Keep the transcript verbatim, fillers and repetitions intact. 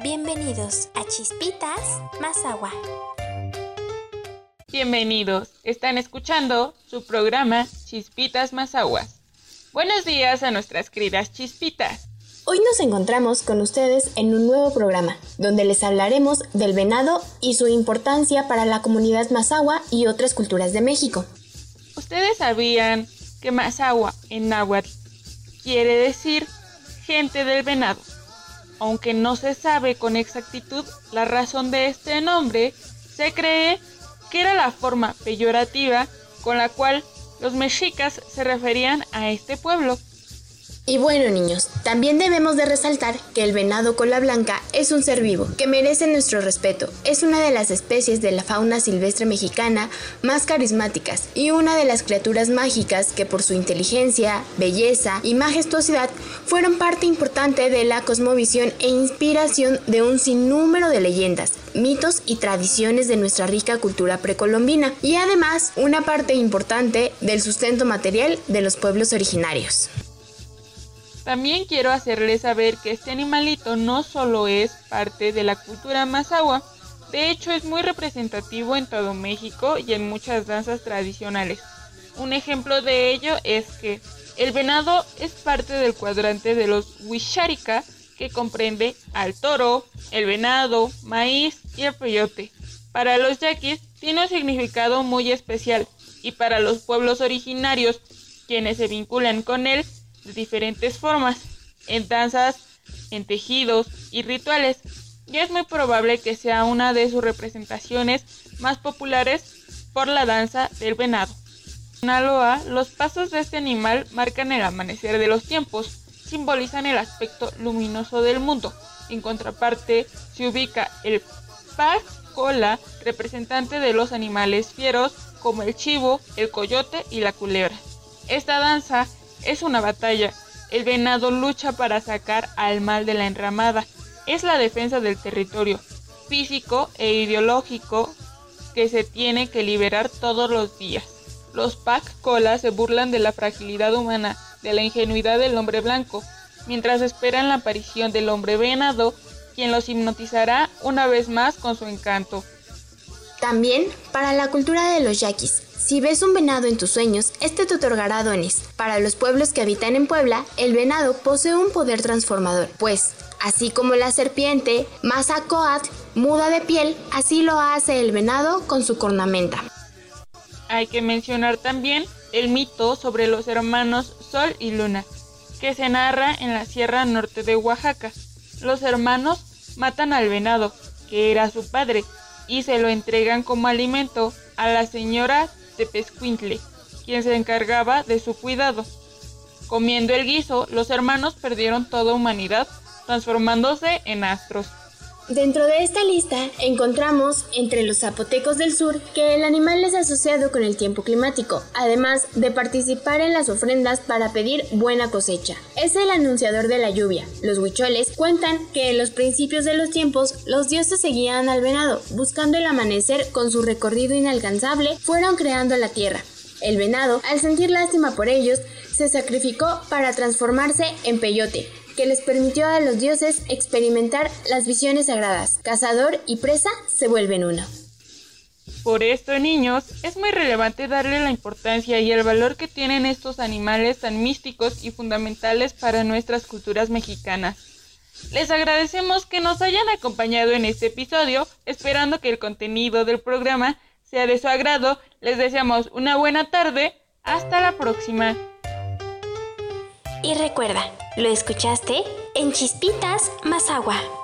Bienvenidos a Chispitas más Agua. Bienvenidos, están escuchando su programa Chispitas más Aguas. Buenos días a nuestras queridas chispitas. Hoy nos encontramos con ustedes en un nuevo programa, donde les hablaremos del venado y su importancia para la comunidad mazahua y otras culturas de México. ¿Ustedes sabían que mazahua en náhuatl quiere decir gente del venado? Aunque no se sabe con exactitud la razón de este nombre, se cree que era la forma peyorativa con la cual los mexicas se referían a este pueblo. Y bueno, niños, también debemos de resaltar que el venado cola blanca es un ser vivo que merece nuestro respeto. Es una de las especies de la fauna silvestre mexicana más carismáticas y una de las criaturas mágicas que por su inteligencia, belleza y majestuosidad fueron parte importante de la cosmovisión e inspiración de un sinnúmero de leyendas, mitos y tradiciones de nuestra rica cultura precolombina, y además una parte importante del sustento material de los pueblos originarios. También quiero hacerles saber que este animalito no solo es parte de la cultura mazahua, de hecho es muy representativo en todo México y en muchas danzas tradicionales. Un ejemplo de ello es que el venado es parte del cuadrante de los Wixárika, que comprende al toro, el venado, maíz y el peyote. Para los yaquis tiene un significado muy especial, y para los pueblos originarios, quienes se vinculan con él de diferentes formas, en danzas, en tejidos y rituales, y es muy probable que sea una de sus representaciones más populares por la danza del venado. En Sinaloa, los pasos de este animal marcan el amanecer de los tiempos, simbolizan el aspecto luminoso del mundo. En contraparte, se ubica el pag cola, representante de los animales fieros como el chivo, el coyote y la culebra. Esta danza es una batalla. El venado lucha para sacar al mal de la enramada. Es la defensa del territorio físico e ideológico que se tiene que liberar todos los días. Los pag cola se burlan de la fragilidad humana, de la ingenuidad del hombre blanco, mientras esperan la aparición del hombre venado, quien los hipnotizará una vez más con su encanto. También para la cultura de los yaquis. Si ves un venado en tus sueños, este te otorgará dones. Para los pueblos que habitan en Puebla, el venado posee un poder transformador, pues, así como la serpiente, Mazacoatl, muda de piel, así lo hace el venado con su cornamenta. Hay que mencionar también el mito sobre los hermanos Sol y Luna, que se narra en la Sierra Norte de Oaxaca. Los hermanos matan al venado, que era su padre, y se lo entregan como alimento a la señora Tepezcuintle, quien se encargaba de su cuidado. Comiendo el guiso, los hermanos perdieron toda humanidad, transformándose en astros. Dentro de esta lista encontramos entre los zapotecos del sur que el animal es asociado con el tiempo climático, además de participar en las ofrendas para pedir buena cosecha. Es el anunciador de la lluvia. Los huicholes cuentan que en los principios de los tiempos los dioses seguían al venado, buscando el amanecer. Con su recorrido inalcanzable fueron creando la tierra. El venado, al sentir lástima por ellos, se sacrificó para transformarse en peyote, que les permitió a los dioses experimentar las visiones sagradas. Cazador y presa se vuelven uno. Por esto, niños, es muy relevante darle la importancia y el valor que tienen estos animales tan místicos y fundamentales para nuestras culturas mexicanas. Les agradecemos que nos hayan acompañado en este episodio, esperando que el contenido del programa sea de su agrado. Les deseamos una buena tarde. Hasta la próxima. Y recuerda, lo escuchaste en Chispitas más Agua.